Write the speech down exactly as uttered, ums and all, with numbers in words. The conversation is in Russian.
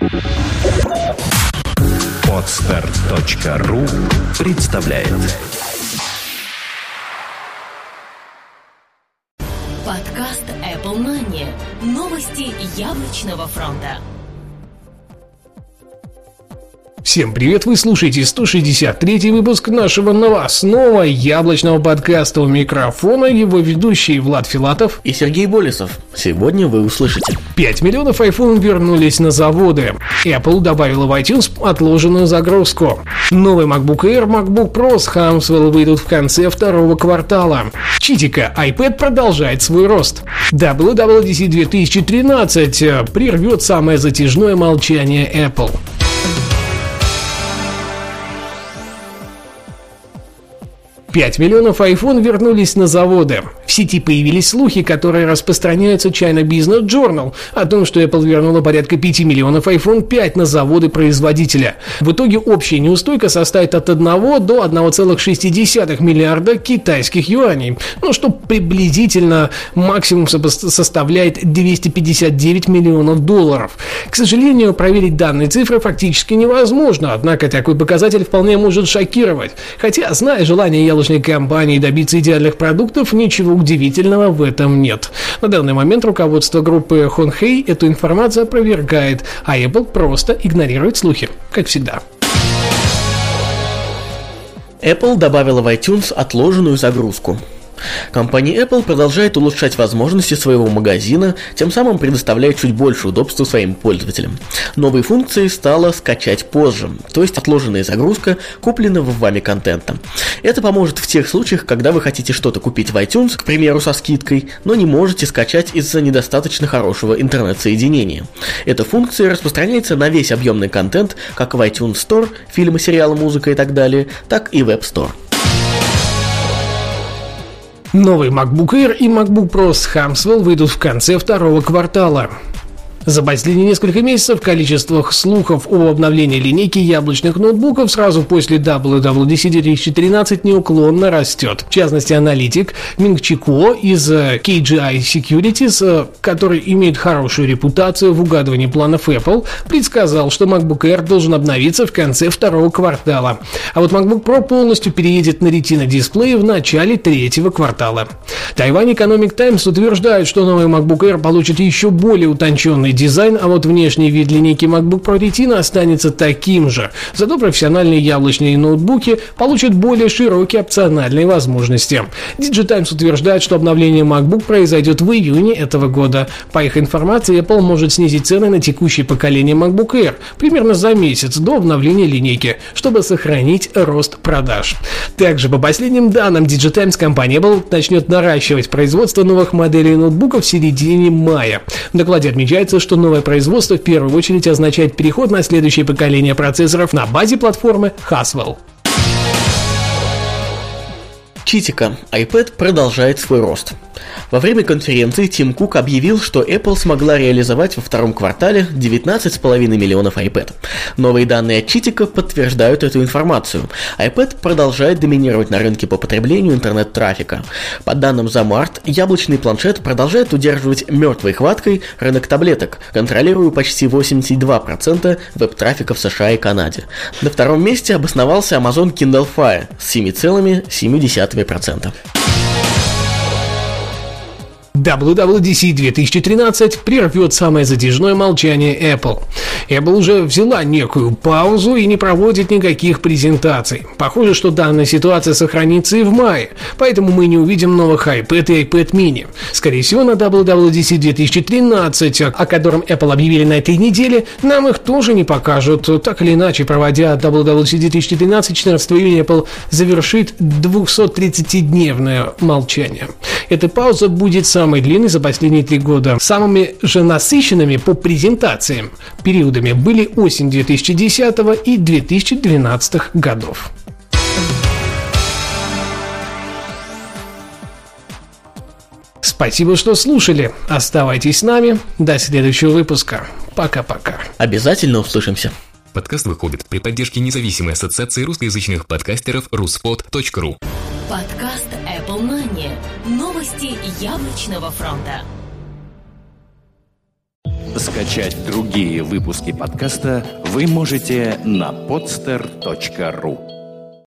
Подстарт точка ру представляет подкаст Apple Money. Новости яблочного фронта. Всем привет, вы слушаете сто шестьдесят третий выпуск нашего новостного яблочного подкаста. У микрофона его ведущие Влад Филатов и Сергей Болесов. Сегодня вы услышите: пять миллионов iPhone вернулись на заводы. Apple добавила в iTunes отложенную загрузку. Новый MacBook Air, MacBook Pro с Haswell выйдут в конце второго квартала. Читика, iPad продолжает свой рост. дабл ю дабл ю ди си две тысячи тринадцать прервет самое затяжное молчание Apple. пять миллионов iPhone вернулись на заводы. В сети появились слухи, которые распространяются China Business Journal, о том, что Apple вернула порядка пять миллионов iPhone пять на заводы производителя. В итоге общая неустойка составит от одного до одного целых шести десятых миллиарда китайских юаней, ну, что приблизительно максимум составляет двести пятьдесят девять миллионов долларов. К сожалению, проверить данные цифры фактически невозможно, однако такой показатель вполне может шокировать. Хотя, зная желание яблочной компании добиться идеальных продуктов, ничего удивительного в этом нет. На данный момент руководство группы Хонхэй эту информацию опровергает, а Apple просто игнорирует слухи, как всегда. Apple добавила в iTunes отложенную загрузку. Компания Apple продолжает улучшать возможности своего магазина, тем самым предоставляя чуть больше удобства своим пользователям. Новой функцией стало «скачать позже», то есть отложенная загрузка купленного вами контента. Это поможет в тех случаях, когда вы хотите что-то купить в iTunes, к примеру, со скидкой, но не можете скачать из-за недостаточно хорошего интернет-соединения. Эта функция распространяется на весь объемный контент, как в iTunes Store, фильмы, сериалы, музыка и так далее, так и в App Store. Новый MacBook Air и MacBook Pro с Haswell выйдут в конце второго квартала. За последние несколько месяцев количество слухов об обновлении линейки яблочных ноутбуков сразу после дабл ю дабл ю ди си две тысячи тринадцать неуклонно растет. В частности, аналитик Минг Чи Ко из кей джи ай Securities, который имеет хорошую репутацию в угадывании планов Apple, предсказал, что MacBook Air должен обновиться в конце второго квартала. А вот MacBook Pro полностью переедет на Retina дисплей в начале третьего квартала. Taiwan Economic Times утверждает, что новый MacBook Air получит еще более утонченный дизайн, а вот внешний вид линейки MacBook Pro Retina останется таким же. Зато профессиональные яблочные ноутбуки получат более широкие опциональные возможности. Digitimes утверждает, что обновление MacBook произойдет в июне этого года. По их информации, Apple может снизить цены на текущее поколение MacBook Air примерно за месяц до обновления линейки, чтобы сохранить рост продаж. Также, по последним данным Digitimes, компания Apple начнет наращивать производство новых моделей ноутбуков в середине мая. В докладе отмечается, что новое производство в первую очередь означает переход на следующее поколение процессоров на базе платформы Haswell. Читика, iPad продолжает свой рост. Во время конференции Тим Кук объявил, что Apple смогла реализовать во втором квартале девятнадцать целых пять миллионов iPad. Новые данные от Читика подтверждают эту информацию. iPad продолжает доминировать на рынке по потреблению интернет-трафика. По данным за март, яблочный планшет продолжает удерживать мертвой хваткой рынок таблеток, контролируя почти восемьдесят два процента веб-трафика в США и Канаде. На втором месте обосновался Amazon Kindle Fire с семь целых семь десятых процента. дабл ю дабл ю ди си две тысячи тринадцать прервет самое затяжное молчание Apple. Apple уже взяла некую паузу и не проводит никаких презентаций. Похоже, что данная ситуация сохранится и в мае, поэтому мы не увидим новых iPad и iPad mini. Скорее всего, на дабл ю дабл ю ди си две тысячи тринадцать, о котором Apple объявили на этой неделе, нам их тоже не покажут. Так или иначе, проводя дабл ю дабл ю ди си две тысячи тринадцать, четырнадцатого июня Apple завершит двухсотридцатидневное молчание. Эта пауза будет самой длинной за последние три года. Самыми же насыщенными по презентациям периодами были осень две тысячи десятого и две тысячи двенадцатого годов. Спасибо, что слушали. Оставайтесь с нами. До следующего выпуска. Пока-пока. Обязательно услышимся. Подкаст выходит при поддержке независимой ассоциации русскоязычных подкастеров руспод точка ру. Подкаст Apple Money. Новости яблочного фронта. Скачать другие выпуски подкаста вы можете на podster точка ру.